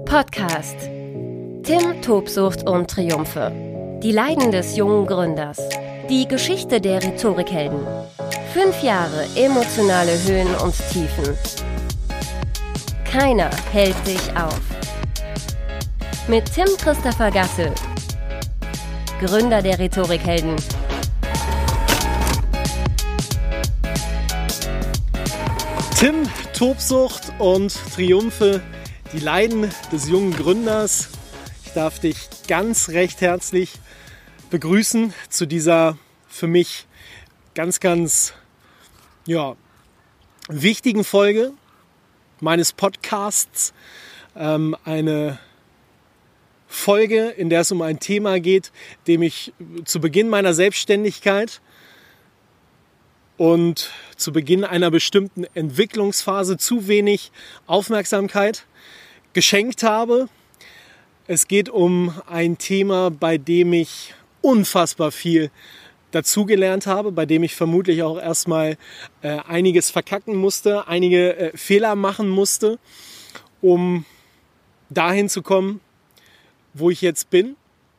Podcast. Tim, Tobsucht und Triumphe. Die Leiden des jungen Gründers. Die Geschichte der Rhetorikhelden. 5 Jahre emotionale Höhen und Tiefen. Keiner hält dich auf. Mit Tim Christopher Gassel, Gründer der Rhetorikhelden. Tim, Tobsucht und Triumphe, die Leiden des jungen Gründers. Ich darf dich ganz recht herzlich begrüßen zu dieser für mich ganz wichtigen Folge meines Podcasts. Eine Folge, in der es um ein Thema geht, dem ich zu Beginn meiner Selbstständigkeit und zu Beginn einer bestimmten Entwicklungsphase zu wenig Aufmerksamkeit geschenkt habe. Es geht um ein Thema, bei dem ich unfassbar viel dazugelernt habe, bei dem ich vermutlich auch erstmal einiges verkacken musste, einige Fehler machen musste, um dahin zu kommen, wo ich jetzt bin.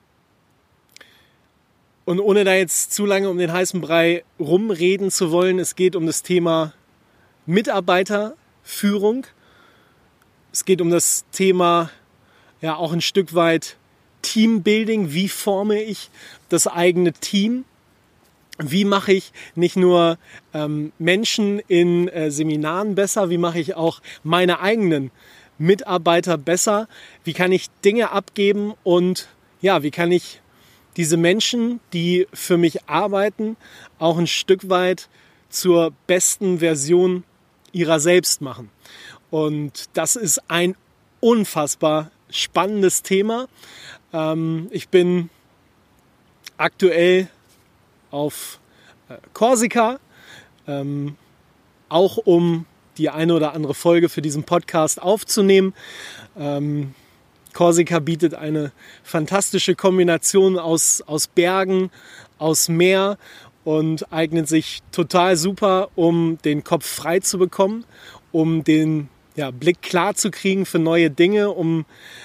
Und ohne da jetzt zu lange um den heißen Brei rumreden zu wollen, es geht um das Thema Mitarbeiterführung. Es geht um das Thema auch ein Stück weit Teambuilding. Wie forme ich das eigene Team? Wie mache ich nicht nur Menschen in Seminaren besser, wie mache ich auch meine eigenen Mitarbeiter besser? Wie kann ich Dinge abgeben und wie kann ich diese Menschen, die für mich arbeiten, auch ein Stück weit zur besten Version ihrer selbst machen? Und das ist ein unfassbar spannendes Thema. Ich bin aktuell auf Korsika, auch um die eine oder andere Folge für diesen Podcast aufzunehmen. Korsika bietet eine fantastische Kombination aus Bergen, aus Meer und eignet sich total super, um den Kopf frei zu bekommen, um den Blick klar zu kriegen für neue Dinge, um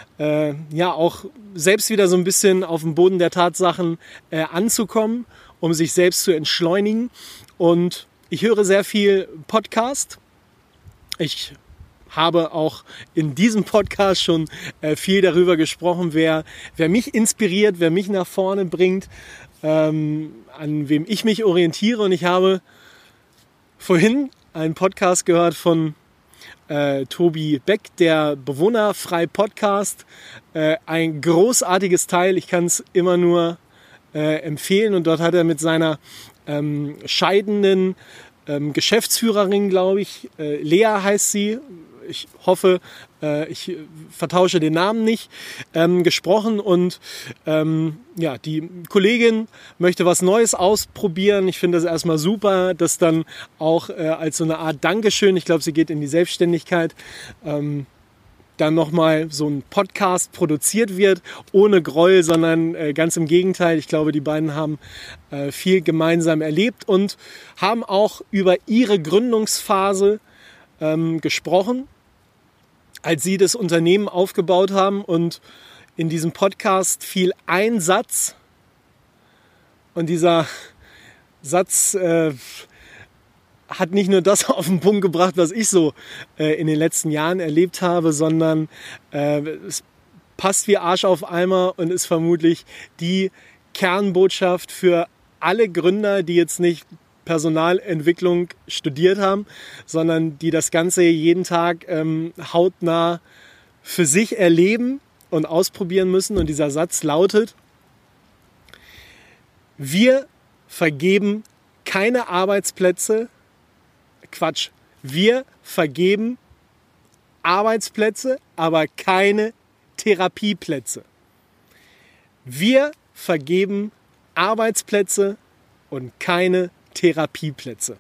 auch selbst wieder so ein bisschen auf dem Boden der Tatsachen anzukommen, um sich selbst zu entschleunigen. Und ich höre sehr viel Podcast. Ich habe auch in diesem Podcast schon viel darüber gesprochen, wer mich inspiriert, wer mich nach vorne bringt, an wem ich mich orientiere. Und ich habe vorhin einen Podcast gehört von Tobi Beck, der Bewohnerfrei Podcast. Ein großartiges Teil, ich kann es immer nur empfehlen. Und dort hat er mit seiner scheidenden Geschäftsführerin, glaube ich, Lea heißt sie, ich hoffe, ich vertausche den Namen nicht, gesprochen und die Kollegin möchte was Neues ausprobieren. Ich finde das erstmal super, dass dann auch als so eine Art Dankeschön, ich glaube, sie geht in die Selbstständigkeit, dann nochmal so ein Podcast produziert wird, ohne Groll, sondern ganz im Gegenteil. Ich glaube, die beiden haben viel gemeinsam erlebt und haben auch über ihre Gründungsphase gesprochen, als sie das Unternehmen aufgebaut haben. Und in diesem Podcast fiel ein Satz und dieser Satz hat nicht nur das auf den Punkt gebracht, was ich so in den letzten Jahren erlebt habe, sondern es passt wie Arsch auf Eimer und ist vermutlich die Kernbotschaft für alle Gründer, die jetzt nicht Personalentwicklung studiert haben, sondern die das Ganze jeden Tag hautnah für sich erleben und ausprobieren müssen. Und dieser Satz lautet: Wir vergeben keine Arbeitsplätze. Wir vergeben Arbeitsplätze, aber keine Therapieplätze. Wir vergeben Arbeitsplätze und keine Therapieplätze.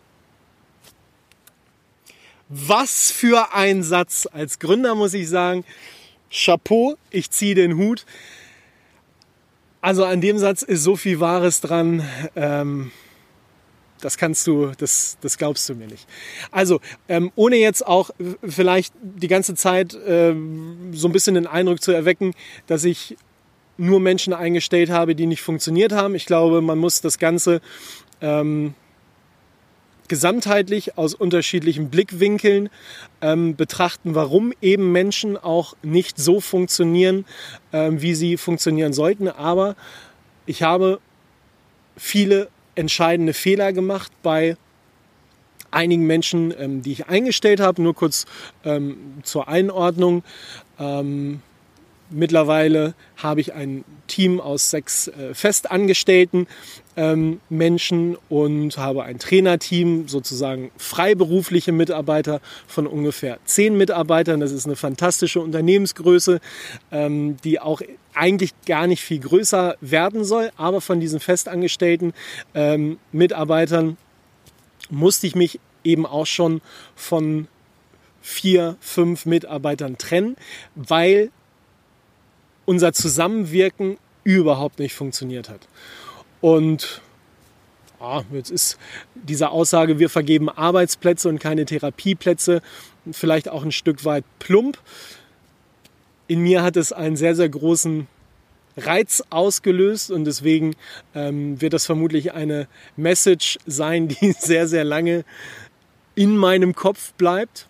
Was für ein Satz! Als Gründer muss ich sagen, Chapeau, ich ziehe den Hut. Also an dem Satz ist so viel Wahres dran. das glaubst du mir nicht. Also, ohne jetzt auch vielleicht die ganze Zeit so ein bisschen den Eindruck zu erwecken, dass ich nur Menschen eingestellt habe, die nicht funktioniert haben. Ich glaube, man muss das Ganze gesamtheitlich aus unterschiedlichen Blickwinkeln betrachten, warum eben Menschen auch nicht so funktionieren, wie sie funktionieren sollten. Aber ich habe viele entscheidende Fehler gemacht bei einigen Menschen, die ich eingestellt habe. Nur kurz zur Einordnung. Mittlerweile habe ich ein Team aus 6 festangestellten Menschen und habe ein Trainerteam, sozusagen freiberufliche Mitarbeiter von ungefähr 10 Mitarbeitern. Das ist eine fantastische Unternehmensgröße, die auch eigentlich gar nicht viel größer werden soll. Aber von diesen festangestellten Mitarbeitern musste ich mich eben auch schon von 4, 5 Mitarbeitern trennen, weil unser Zusammenwirken überhaupt nicht funktioniert hat. Und jetzt ist diese Aussage, wir vergeben Arbeitsplätze und keine Therapieplätze, vielleicht auch ein Stück weit plump. In mir hat es einen sehr, sehr großen Reiz ausgelöst und deswegen wird das vermutlich eine Message sein, die sehr, sehr lange in meinem Kopf bleibt.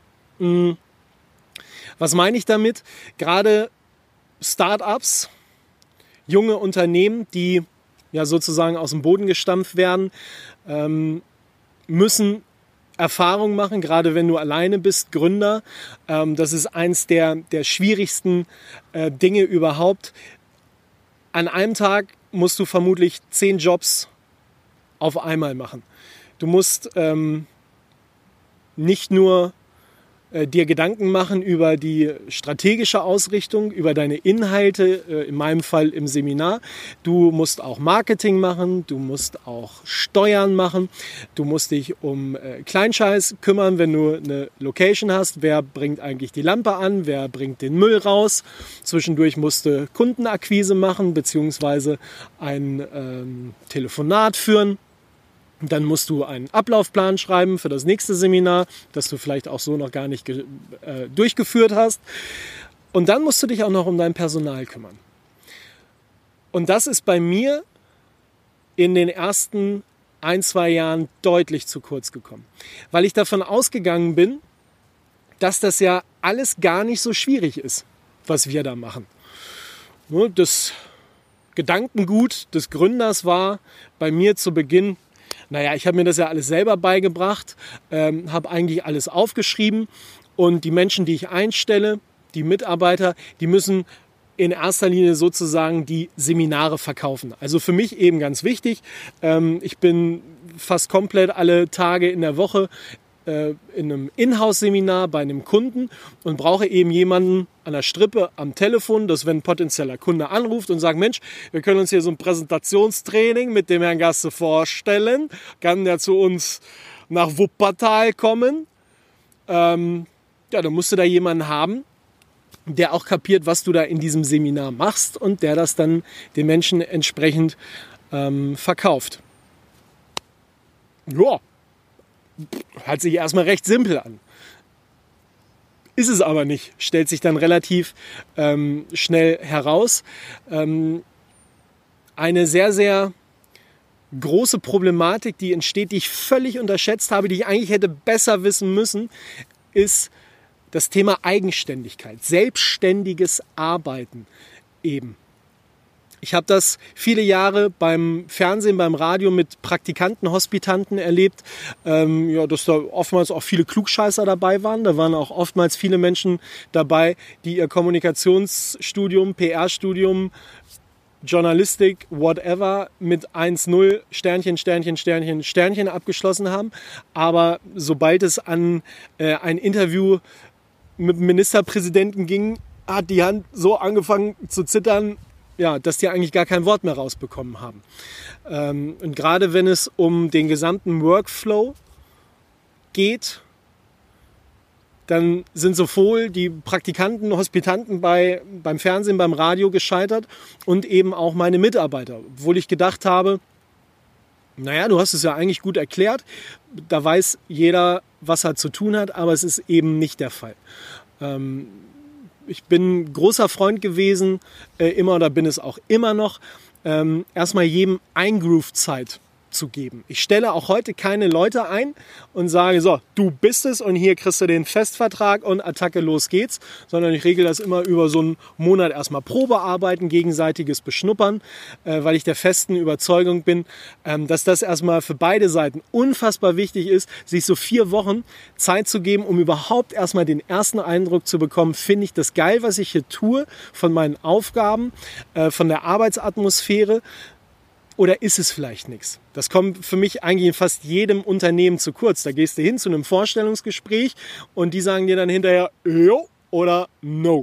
Was meine ich damit? Gerade Start-ups, junge Unternehmen, die ja sozusagen aus dem Boden gestampft werden, müssen Erfahrung machen, gerade wenn du alleine bist, Gründer. Das ist eins der schwierigsten Dinge überhaupt. An einem Tag musst du vermutlich 10 Jobs auf einmal machen. Du musst nicht nur dir Gedanken machen über die strategische Ausrichtung, über deine Inhalte, in meinem Fall im Seminar. Du musst auch Marketing machen, du musst auch Steuern machen, du musst dich um Kleinscheiß kümmern, wenn du eine Location hast. Wer bringt eigentlich die Lampe an, wer bringt den Müll raus? Zwischendurch musst du Kundenakquise machen, beziehungsweise ein Telefonat führen. Dann musst du einen Ablaufplan schreiben für das nächste Seminar, das du vielleicht auch so noch gar nicht durchgeführt hast. Und dann musst du dich auch noch um dein Personal kümmern. Und das ist bei mir in den ersten 1, 2 Jahren deutlich zu kurz gekommen. Weil ich davon ausgegangen bin, dass das ja alles gar nicht so schwierig ist, was wir da machen. Das Gedankengut des Gründers war bei mir zu Beginn, ich habe mir das ja alles selber beigebracht, habe eigentlich alles aufgeschrieben und die Menschen, die ich einstelle, die Mitarbeiter, die müssen in erster Linie sozusagen die Seminare verkaufen. Also für mich eben ganz wichtig, ich bin fast komplett alle Tage in der Woche in einem Inhouse-Seminar bei einem Kunden und brauche eben jemanden an der Strippe am Telefon, dass wenn ein potenzieller Kunde anruft und sagt, Mensch, wir können uns hier so ein Präsentationstraining mit dem Herrn Gasse vorstellen, kann der zu uns nach Wuppertal kommen? Dann musst du da jemanden haben, der auch kapiert, was du da in diesem Seminar machst und der das dann den Menschen entsprechend verkauft. Ja, hört sich erstmal recht simpel an. Ist es aber nicht, stellt sich dann relativ schnell heraus. Eine sehr, sehr große Problematik, die entsteht, die ich völlig unterschätzt habe, die ich eigentlich hätte besser wissen müssen, ist das Thema Eigenständigkeit, selbstständiges Arbeiten eben. Ich habe das viele Jahre beim Fernsehen, beim Radio mit Praktikanten, Hospitanten erlebt, dass da oftmals auch viele Klugscheißer dabei waren. Da waren auch oftmals viele Menschen dabei, die ihr Kommunikationsstudium, PR-Studium, Journalistik, whatever, mit 1,0 Sternchen, Sternchen, Sternchen, Sternchen abgeschlossen haben. Aber sobald es an ein Interview mit dem Ministerpräsidenten ging, hat die Hand so angefangen zu zittern, dass die eigentlich gar kein Wort mehr rausbekommen haben. Und gerade wenn es um den gesamten Workflow geht, dann sind sowohl die Praktikanten, Hospitanten beim Fernsehen, beim Radio gescheitert und eben auch meine Mitarbeiter. Obwohl ich gedacht habe, Naja, du hast es ja eigentlich gut erklärt. Da weiß jeder, was er zu tun hat, aber es ist eben nicht der Fall. Ich bin großer Freund gewesen, immer oder bin es auch immer noch, erstmal jedem Eingroove-Zeit zu geben. Ich stelle auch heute keine Leute ein und sage, so, du bist es und hier kriegst du den Festvertrag und Attacke, los geht's, sondern ich regle das immer über so einen Monat erstmal Probearbeiten, gegenseitiges Beschnuppern, weil ich der festen Überzeugung bin, dass das erstmal für beide Seiten unfassbar wichtig ist, sich so 4 Wochen Zeit zu geben, um überhaupt erstmal den ersten Eindruck zu bekommen, finde ich das geil, was ich hier tue, von meinen Aufgaben, von der Arbeitsatmosphäre, oder ist es vielleicht nichts? Das kommt für mich eigentlich in fast jedem Unternehmen zu kurz. Da gehst du hin zu einem Vorstellungsgespräch und die sagen dir dann hinterher, jo oder no.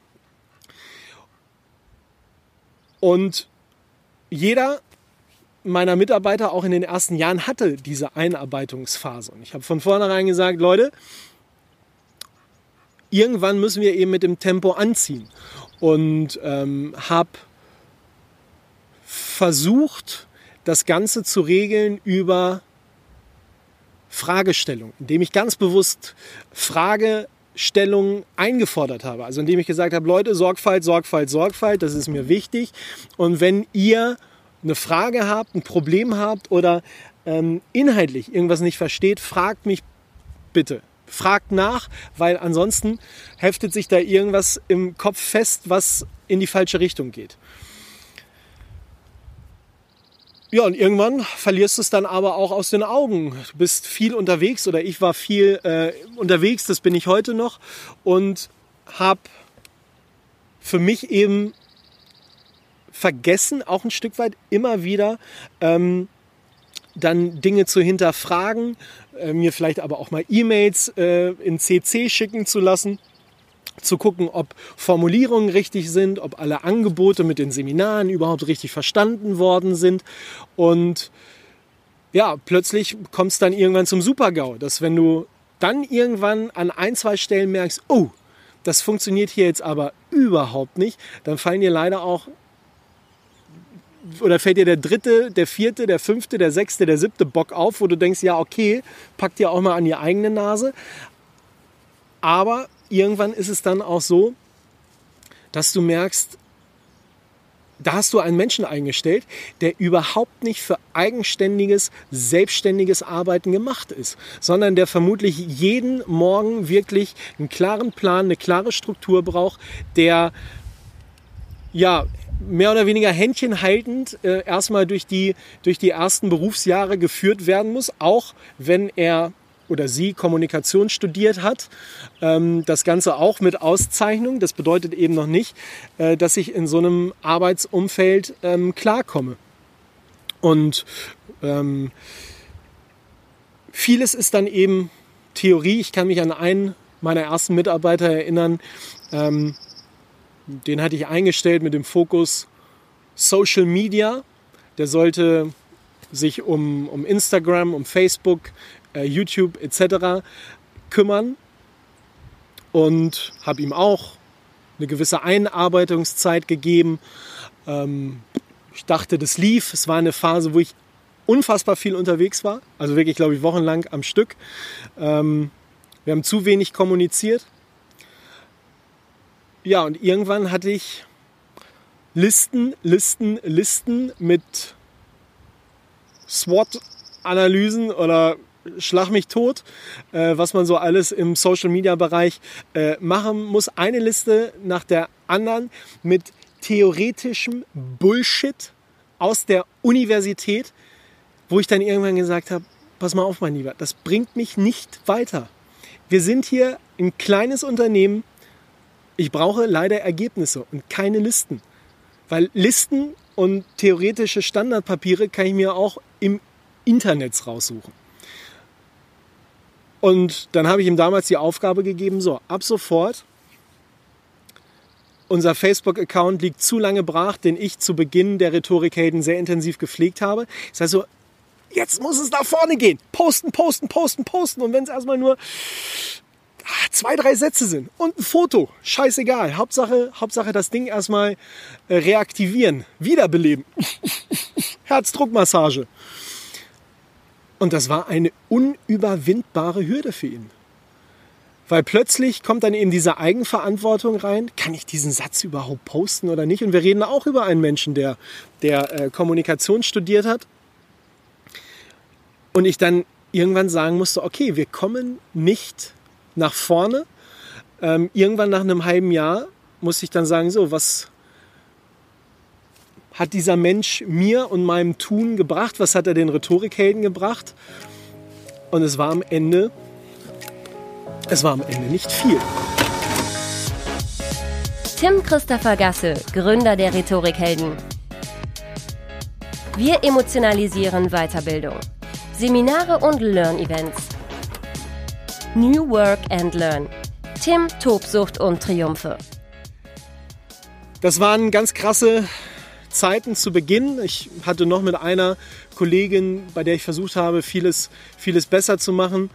Und jeder meiner Mitarbeiter auch in den ersten Jahren hatte diese Einarbeitungsphase. Und ich habe von vornherein gesagt, Leute, irgendwann müssen wir eben mit dem Tempo anziehen. Und habe versucht, das Ganze zu regeln über Fragestellung, indem ich ganz bewusst Fragestellungen eingefordert habe. Also indem ich gesagt habe, Leute, Sorgfalt, Sorgfalt, Sorgfalt, das ist mir wichtig. Und wenn ihr eine Frage habt, ein Problem habt oder inhaltlich irgendwas nicht versteht, fragt mich bitte. Fragt nach, weil ansonsten heftet sich da irgendwas im Kopf fest, was in die falsche Richtung geht. Ja, und irgendwann verlierst du es dann aber auch aus den Augen. Du bist viel unterwegs oder ich war viel unterwegs, das bin ich heute noch und habe für mich eben vergessen, auch ein Stück weit immer wieder dann Dinge zu hinterfragen, mir vielleicht aber auch mal E-Mails in CC schicken zu lassen, zu gucken, ob Formulierungen richtig sind, ob alle Angebote mit den Seminaren überhaupt richtig verstanden worden sind. Und ja, plötzlich kommt es dann irgendwann zum Super-GAU, dass wenn du dann irgendwann an 1, 2 Stellen merkst, oh, das funktioniert hier jetzt aber überhaupt nicht, dann fallen dir leider auch, oder fällt dir der 3., der 4., der 5., der 6., der 7. Bock auf, wo du denkst, ja okay, pack dir auch mal an die eigene Nase. Aber irgendwann ist es dann auch so, dass du merkst, da hast du einen Menschen eingestellt, der überhaupt nicht für eigenständiges, selbstständiges Arbeiten gemacht ist, sondern der vermutlich jeden Morgen wirklich einen klaren Plan, eine klare Struktur braucht, der ja mehr oder weniger händchenhaltend erstmal durch die ersten Berufsjahre geführt werden muss, auch wenn er oder sie Kommunikation studiert hat. Das Ganze auch mit Auszeichnung. Das bedeutet eben noch nicht, dass ich in so einem Arbeitsumfeld klarkomme. Und vieles ist dann eben Theorie. Ich kann mich an einen meiner ersten Mitarbeiter erinnern. Den hatte ich eingestellt mit dem Fokus Social Media. Der sollte sich um Instagram, um Facebook, YouTube etc. kümmern und habe ihm auch eine gewisse Einarbeitungszeit gegeben. Ich dachte, das lief. Es war eine Phase, wo ich unfassbar viel unterwegs war, also wirklich, glaube ich, wochenlang am Stück. Wir haben zu wenig kommuniziert. Ja, und irgendwann hatte ich Listen mit SWOT-Analysen oder schlag mich tot, was man so alles im Social-Media-Bereich machen muss. Eine Liste nach der anderen mit theoretischem Bullshit aus der Universität, wo ich dann irgendwann gesagt habe, pass mal auf, mein Lieber, das bringt mich nicht weiter. Wir sind hier ein kleines Unternehmen. Ich brauche leider Ergebnisse und keine Listen. Weil Listen und theoretische Standardpapiere kann ich mir auch im Internet raussuchen. Und dann habe ich ihm damals die Aufgabe gegeben, so, ab sofort, unser Facebook-Account liegt zu lange brach, den ich zu Beginn der Rhetorikhelden sehr intensiv gepflegt habe. Ich sage so, jetzt muss es nach vorne gehen. Posten. Und wenn es erstmal nur 2, 3 Sätze sind und ein Foto, scheißegal. Hauptsache das Ding erstmal reaktivieren, wiederbeleben. Herzdruckmassage. Und das war eine unüberwindbare Hürde für ihn. Weil plötzlich kommt dann eben diese Eigenverantwortung rein. Kann ich diesen Satz überhaupt posten oder nicht? Und wir reden auch über einen Menschen, der Kommunikation studiert hat. Und ich dann irgendwann sagen musste, okay, wir kommen nicht nach vorne. Irgendwann nach einem halben Jahr musste ich dann sagen, so, was hat dieser Mensch mir und meinem Tun gebracht? Was hat er den Rhetorikhelden gebracht? Und es war am Ende nicht viel. Tim Christopher Gasse, Gründer der Rhetorikhelden. Wir emotionalisieren Weiterbildung. Seminare und Learn-Events. New Work and Learn. Tim, Tobsucht und Triumphe. Das waren ganz krasse Zeiten zu Beginn. Ich hatte noch mit einer Kollegin, bei der ich versucht habe, vieles besser zu machen,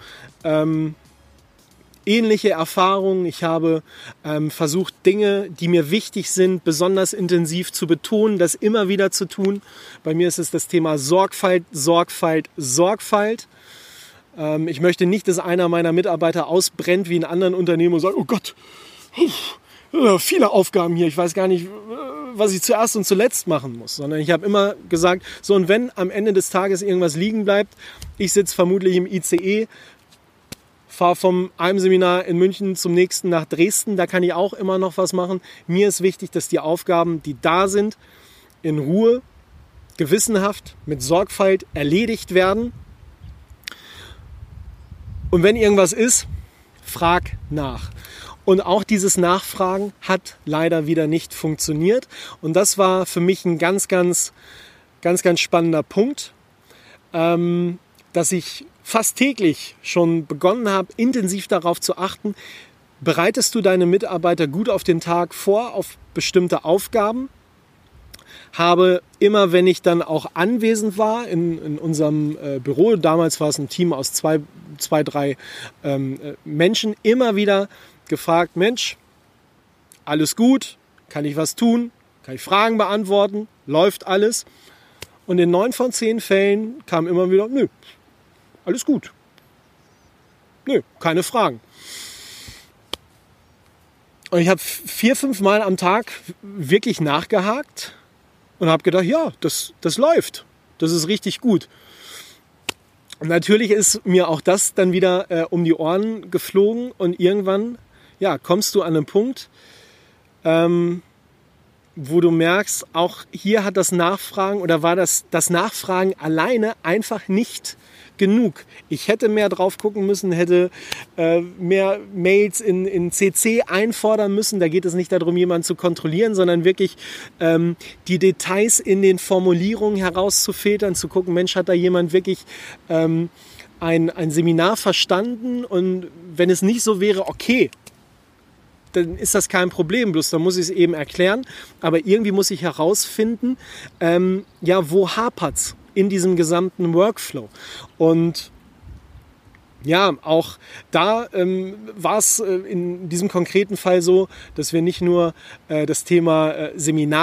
ähnliche Erfahrungen. Ich habe versucht, Dinge, die mir wichtig sind, besonders intensiv zu betonen, das immer wieder zu tun. Bei mir ist es das Thema Sorgfalt, Sorgfalt, Sorgfalt. Ich möchte nicht, dass einer meiner Mitarbeiter ausbrennt wie in anderen Unternehmen und sagt, oh Gott, viele Aufgaben hier, ich weiß gar nicht, was ich zuerst und zuletzt machen muss. Sondern ich habe immer gesagt, so, und wenn am Ende des Tages irgendwas liegen bleibt, ich sitze vermutlich im ICE, fahre vom einem Seminar in München zum nächsten nach Dresden, da kann ich auch immer noch was machen. Mir ist wichtig, dass die Aufgaben, die da sind, in Ruhe, gewissenhaft, mit Sorgfalt erledigt werden. Und wenn irgendwas ist, frag nach. Und auch dieses Nachfragen hat leider wieder nicht funktioniert. Und das war für mich ein ganz spannender Punkt, dass ich fast täglich schon begonnen habe, intensiv darauf zu achten, bereitest du deine Mitarbeiter gut auf den Tag vor, auf bestimmte Aufgaben? Habe immer, wenn ich dann auch anwesend war in unserem Büro, damals war es ein Team aus zwei, drei Menschen, immer wieder gefragt, Mensch, alles gut? Kann ich was tun? Kann ich Fragen beantworten? Läuft alles? Und in 9 von 10 Fällen kam immer wieder, nö, alles gut. Nö, keine Fragen. Und ich habe 4, 5 Mal am Tag wirklich nachgehakt und habe gedacht, ja, das läuft. Das ist richtig gut. Und natürlich ist mir auch das dann wieder um die Ohren geflogen und irgendwann kommst du an einen Punkt, wo du merkst, auch hier hat das Nachfragen oder war das Nachfragen alleine einfach nicht genug. Ich hätte mehr drauf gucken müssen, hätte mehr Mails in CC einfordern müssen. Da geht es nicht darum, jemanden zu kontrollieren, sondern wirklich die Details in den Formulierungen herauszufiltern, zu gucken, Mensch, hat da jemand wirklich ein Seminar verstanden? Und wenn es nicht so wäre, okay, dann ist das kein Problem, bloß dann muss ich es eben erklären. Aber irgendwie muss ich herausfinden, wo hapert's in diesem gesamten Workflow. Und ja, auch da war es in diesem konkreten Fall so, dass wir nicht nur das Thema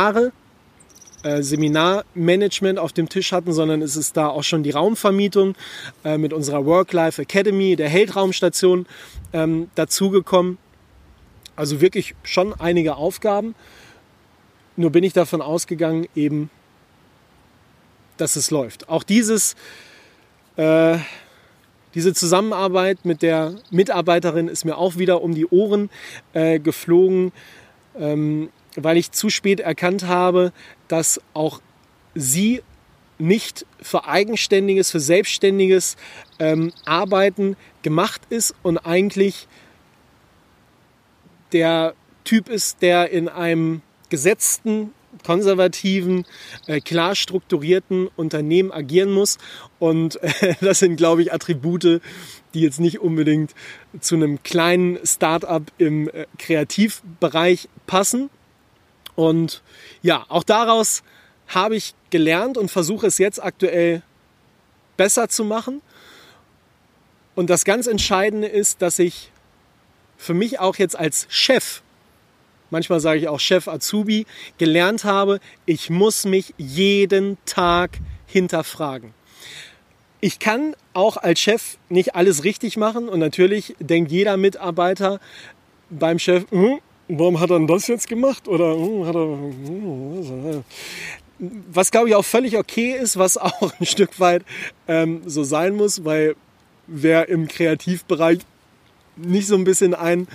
Seminarmanagement auf dem Tisch hatten, sondern es ist da auch schon die Raumvermietung mit unserer Work-Life Academy, der Heldraumstation dazugekommen. Also wirklich schon einige Aufgaben. Nur bin ich davon ausgegangen, eben, dass es läuft. Auch diese Zusammenarbeit mit der Mitarbeiterin ist mir auch wieder um die Ohren geflogen, weil ich zu spät erkannt habe, dass auch sie nicht für eigenständiges, für selbstständiges Arbeiten gemacht ist und eigentlich der Typ ist, der in einem gesetzten, konservativen, klar strukturierten Unternehmen agieren muss. Und das sind, glaube ich, Attribute, die jetzt nicht unbedingt zu einem kleinen Start-up im Kreativbereich passen. Und ja, auch daraus habe ich gelernt und versuche es jetzt aktuell besser zu machen. Und das ganz Entscheidende ist, dass ich für mich auch jetzt als Chef, manchmal sage ich auch Chef Azubi, gelernt habe, ich muss mich jeden Tag hinterfragen. Ich kann auch als Chef nicht alles richtig machen und natürlich denkt jeder Mitarbeiter beim Chef, warum hat er denn das jetzt gemacht? Oder was glaube ich auch völlig okay ist, was auch ein Stück weit so sein muss, weil wer im Kreativbereich nicht so ein bisschen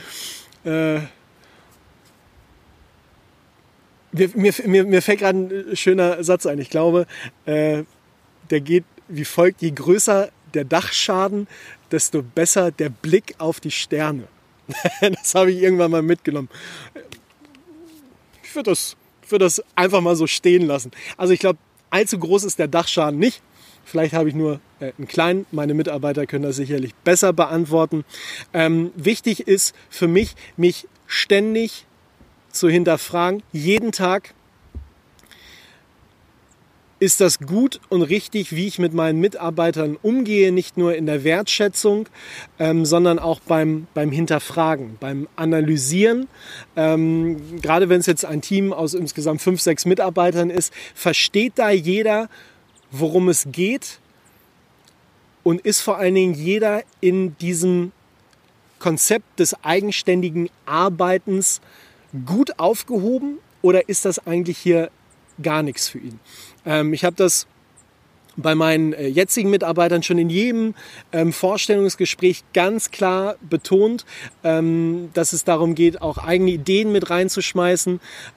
mir fällt gerade ein schöner Satz ein. Ich glaube, der geht wie folgt: Je größer der Dachschaden, desto besser der Blick auf die Sterne. Das habe ich irgendwann mal mitgenommen. Ich würde das einfach mal so stehen lassen. Also ich glaube, allzu groß ist der Dachschaden nicht. Vielleicht habe ich nur einen kleinen. Meine Mitarbeiter können das sicherlich besser beantworten. Wichtig ist für mich ständig zu hinterfragen, jeden Tag: Ist das gut und richtig, wie ich mit meinen Mitarbeitern umgehe, nicht nur in der Wertschätzung, sondern auch beim Hinterfragen, beim Analysieren. Gerade wenn es jetzt ein Team aus insgesamt 5, 6 Mitarbeitern ist, versteht da jeder, worum es geht, und ist vor allen Dingen jeder in diesem Konzept des eigenständigen Arbeitens gut aufgehoben, oder ist das eigentlich hier gar nichts für ihn? Ich habe das bei meinen jetzigen Mitarbeitern schon in jedem Vorstellungsgespräch ganz klar betont, dass es darum geht, auch eigene Ideen mit reinzuschmeißen,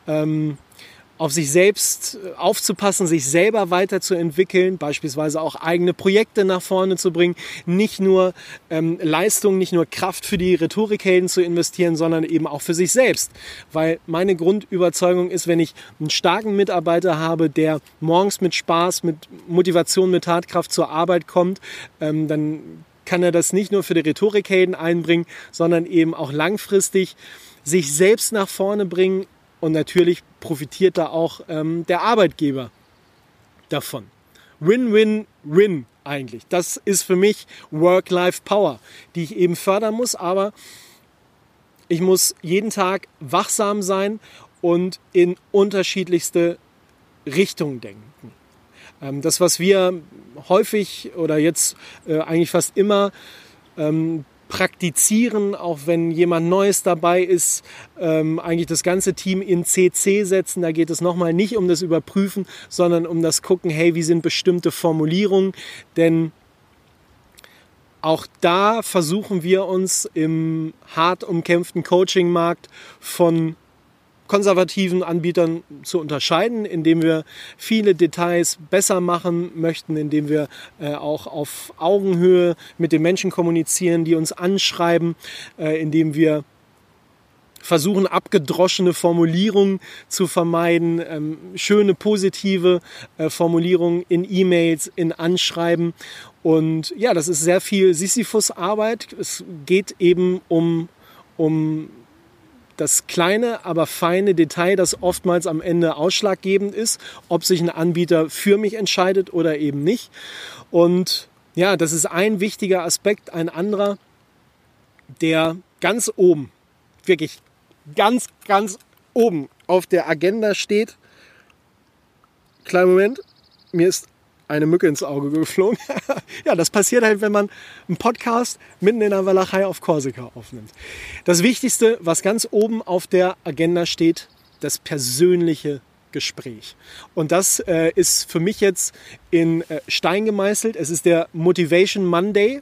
auf sich selbst aufzupassen, sich selber weiterzuentwickeln, beispielsweise auch eigene Projekte nach vorne zu bringen, nicht nur Leistung, nicht nur Kraft für die Rhetorikhelden zu investieren, sondern eben auch für sich selbst. Weil meine Grundüberzeugung ist, wenn ich einen starken Mitarbeiter habe, der morgens mit Spaß, mit Motivation, mit Tatkraft zur Arbeit kommt, dann kann er das nicht nur für die Rhetorikhelden einbringen, sondern eben auch langfristig sich selbst nach vorne bringen. Und natürlich profitiert da auch der Arbeitgeber davon. Win-Win-Win eigentlich. Das ist für mich Work-Life-Power, die ich eben fördern muss. Aber ich muss jeden Tag wachsam sein und in unterschiedlichste Richtungen denken. Das, was wir häufig oder jetzt eigentlich fast immer praktizieren, auch wenn jemand Neues dabei ist, eigentlich das ganze Team in CC setzen. Da geht es nochmal nicht um das Überprüfen, sondern um das Gucken, hey, wie sind bestimmte Formulierungen? Denn auch da versuchen wir uns im hart umkämpften Coaching-Markt von konservativen Anbietern zu unterscheiden, indem wir viele Details besser machen möchten, indem wir auch auf Augenhöhe mit den Menschen kommunizieren, die uns anschreiben, indem wir versuchen, abgedroschene Formulierungen zu vermeiden, schöne, positive Formulierungen in E-Mails, in Anschreiben. Und ja, das ist sehr viel Sisyphus-Arbeit. Es geht eben um das kleine, aber feine Detail, das oftmals am Ende ausschlaggebend ist, ob sich ein Anbieter für mich entscheidet oder eben nicht. Und ja, das ist ein wichtiger Aspekt. Ein anderer, der ganz oben, wirklich ganz, ganz oben auf der Agenda steht. Kleinen Moment, mir ist eine Mücke ins Auge geflogen. Ja, das passiert halt, wenn man einen Podcast mitten in der Walachei auf Korsika aufnimmt. Das Wichtigste, was ganz oben auf der Agenda steht, das persönliche Gespräch. Und das ist für mich jetzt in Stein gemeißelt. Es ist der Motivation Monday.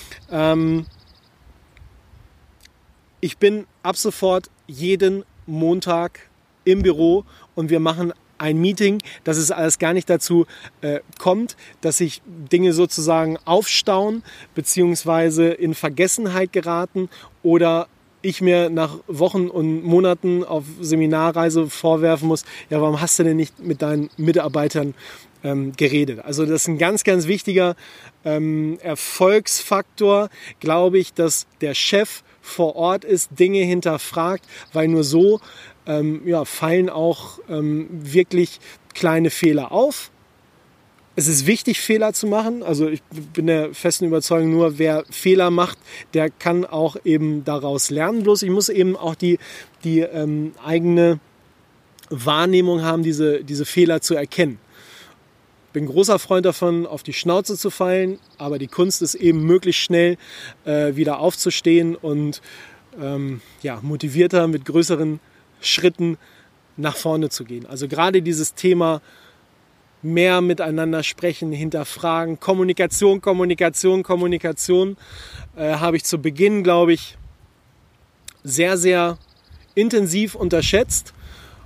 Ich bin ab sofort jeden Montag im Büro und wir machen ein Meeting, dass es alles gar nicht dazu kommt, dass sich Dinge sozusagen aufstauen beziehungsweise in Vergessenheit geraten oder ich mir nach Wochen und Monaten auf Seminarreise vorwerfen muss, ja, warum hast du denn nicht mit deinen Mitarbeitern geredet? Also das ist ein ganz, ganz wichtiger Erfolgsfaktor, glaube ich, dass der Chef vor Ort ist, Dinge hinterfragt, weil nur so fallen auch wirklich kleine Fehler auf. Es ist wichtig, Fehler zu machen. Also ich bin der festen Überzeugung, nur wer Fehler macht, der kann auch eben daraus lernen. Bloß ich muss eben auch die eigene Wahrnehmung haben, diese Fehler zu erkennen. bin großer Freund davon, auf die Schnauze zu fallen, aber die Kunst ist eben möglichst schnell wieder aufzustehen und motivierter mit größeren Schritten nach vorne zu gehen. Also gerade dieses Thema mehr miteinander sprechen, hinterfragen, Kommunikation habe ich zu Beginn, glaube ich, sehr, sehr intensiv unterschätzt.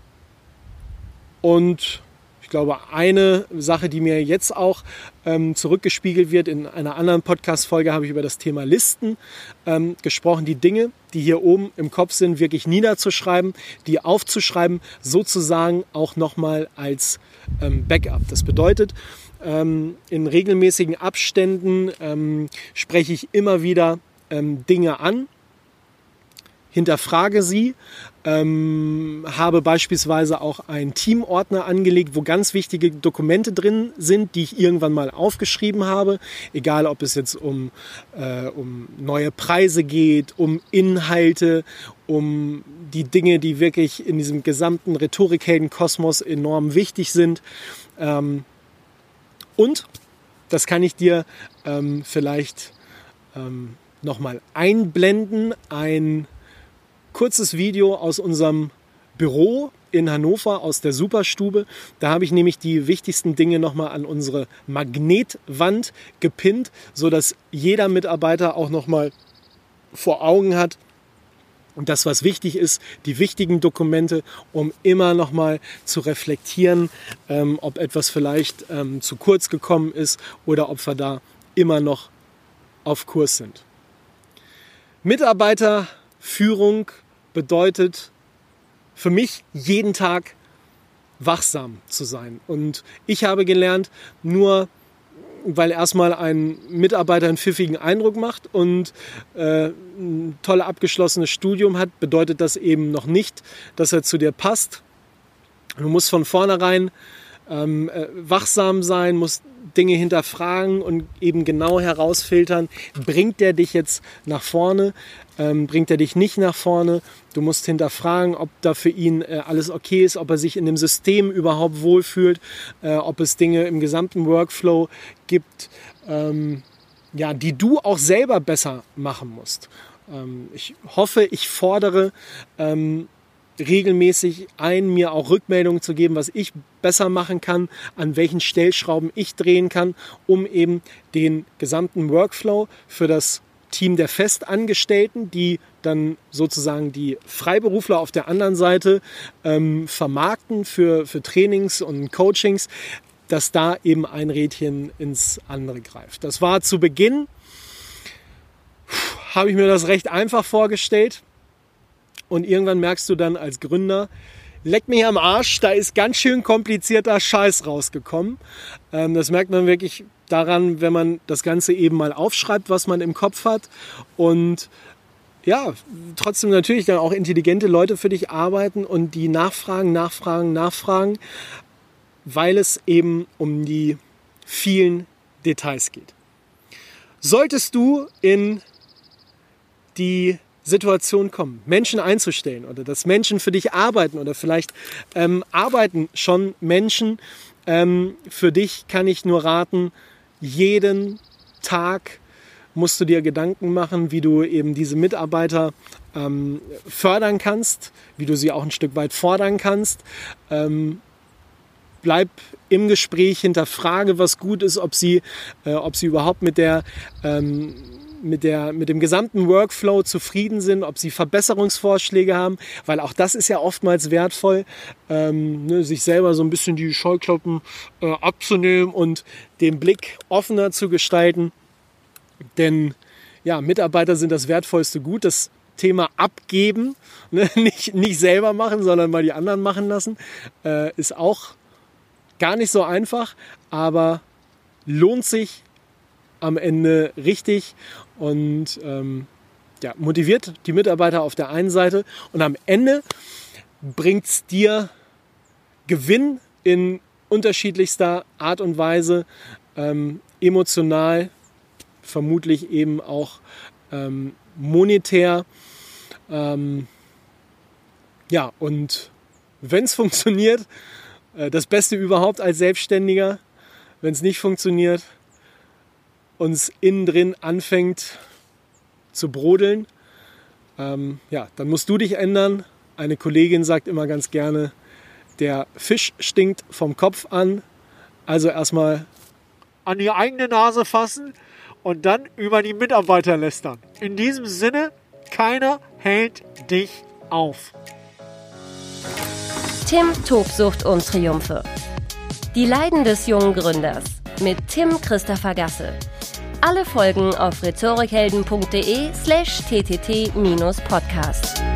Und ich glaube, eine Sache, die mir jetzt auch zurückgespiegelt wird, in einer anderen Podcast-Folge habe ich über das Thema Listen gesprochen, die Dinge, die hier oben im Kopf sind, wirklich niederzuschreiben, die aufzuschreiben, sozusagen auch nochmal als Backup. Das bedeutet, in regelmäßigen Abständen spreche ich immer wieder Dinge an, hinterfrage sie, habe beispielsweise auch einen Teamordner angelegt, wo ganz wichtige Dokumente drin sind, die ich irgendwann mal aufgeschrieben habe, egal ob es jetzt um neue Preise geht, um Inhalte, um die Dinge, die wirklich in diesem gesamten Rhetorikhelden-Kosmos enorm wichtig sind. Und, das kann ich dir vielleicht nochmal einblenden, ein kurzes Video aus unserem Büro in Hannover, aus der Superstube. Da habe ich nämlich die wichtigsten Dinge nochmal an unsere Magnetwand gepinnt, sodass jeder Mitarbeiter auch nochmal vor Augen hat, und das, was wichtig ist, die wichtigen Dokumente, um immer nochmal zu reflektieren, ob etwas vielleicht zu kurz gekommen ist oder ob wir da immer noch auf Kurs sind. Mitarbeiterführung bedeutet für mich jeden Tag wachsam zu sein. Und ich habe gelernt, nur weil erstmal ein Mitarbeiter einen pfiffigen Eindruck macht und ein toll abgeschlossenes Studium hat, bedeutet das eben noch nicht, dass er zu dir passt. Du musst von vornherein wachsam sein, musst Dinge hinterfragen und eben genau herausfiltern, bringt der dich jetzt nach vorne, bringt er dich nicht nach vorne. Du musst hinterfragen, ob da für ihn alles okay ist, ob er sich in dem System überhaupt wohlfühlt, ob es Dinge im gesamten Workflow gibt, die du auch selber besser machen musst. Ich hoffe, ich fordere regelmäßig ein, mir auch Rückmeldungen zu geben, was ich besser machen kann, an welchen Stellschrauben ich drehen kann, um eben den gesamten Workflow für das Team der Festangestellten, die dann sozusagen die Freiberufler auf der anderen Seite vermarkten für Trainings und Coachings, dass da eben ein Rädchen ins andere greift. Das war zu Beginn, habe ich mir das recht einfach vorgestellt. Und irgendwann merkst du dann als Gründer, leck mich am Arsch, da ist ganz schön komplizierter Scheiß rausgekommen. Das merkt man wirklich daran, wenn man das Ganze eben mal aufschreibt, was man im Kopf hat. Und ja, trotzdem natürlich dann auch intelligente Leute für dich arbeiten und die nachfragen, weil es eben um die vielen Details geht. Solltest du in die Situation kommen, Menschen einzustellen oder dass Menschen für dich arbeiten oder vielleicht arbeiten schon Menschen, für dich kann ich nur raten, jeden Tag musst du dir Gedanken machen, wie du eben diese Mitarbeiter fördern kannst, wie du sie auch ein Stück weit fordern kannst. Bleib im Gespräch, hinterfrage, was gut ist, ob sie überhaupt mit dem gesamten Workflow zufrieden sind, ob sie Verbesserungsvorschläge haben, weil auch das ist ja oftmals wertvoll, sich selber so ein bisschen die Scheuklappen abzunehmen und den Blick offener zu gestalten. Denn ja, Mitarbeiter sind das wertvollste Gut. Das Thema abgeben, nicht selber machen, sondern mal die anderen machen lassen, ist auch gar nicht so einfach, aber lohnt sich am Ende richtig und motiviert die Mitarbeiter auf der einen Seite und am Ende bringt es dir Gewinn in unterschiedlichster Art und Weise, emotional, vermutlich eben auch monetär. Und wenn es funktioniert, das Beste überhaupt als Selbstständiger, wenn es nicht funktioniert, uns innen drin anfängt zu brodeln, dann musst du dich ändern. Eine Kollegin sagt immer ganz gerne, der Fisch stinkt vom Kopf an. Also erstmal an die eigene Nase fassen und dann über die Mitarbeiter lästern. In diesem Sinne, keiner hält dich auf. Tim, Tobsucht und Triumphe. Die Leiden des jungen Gründers mit Tim Christopher Gasse. Alle Folgen auf rhetorikhelden.de/ttt-podcast.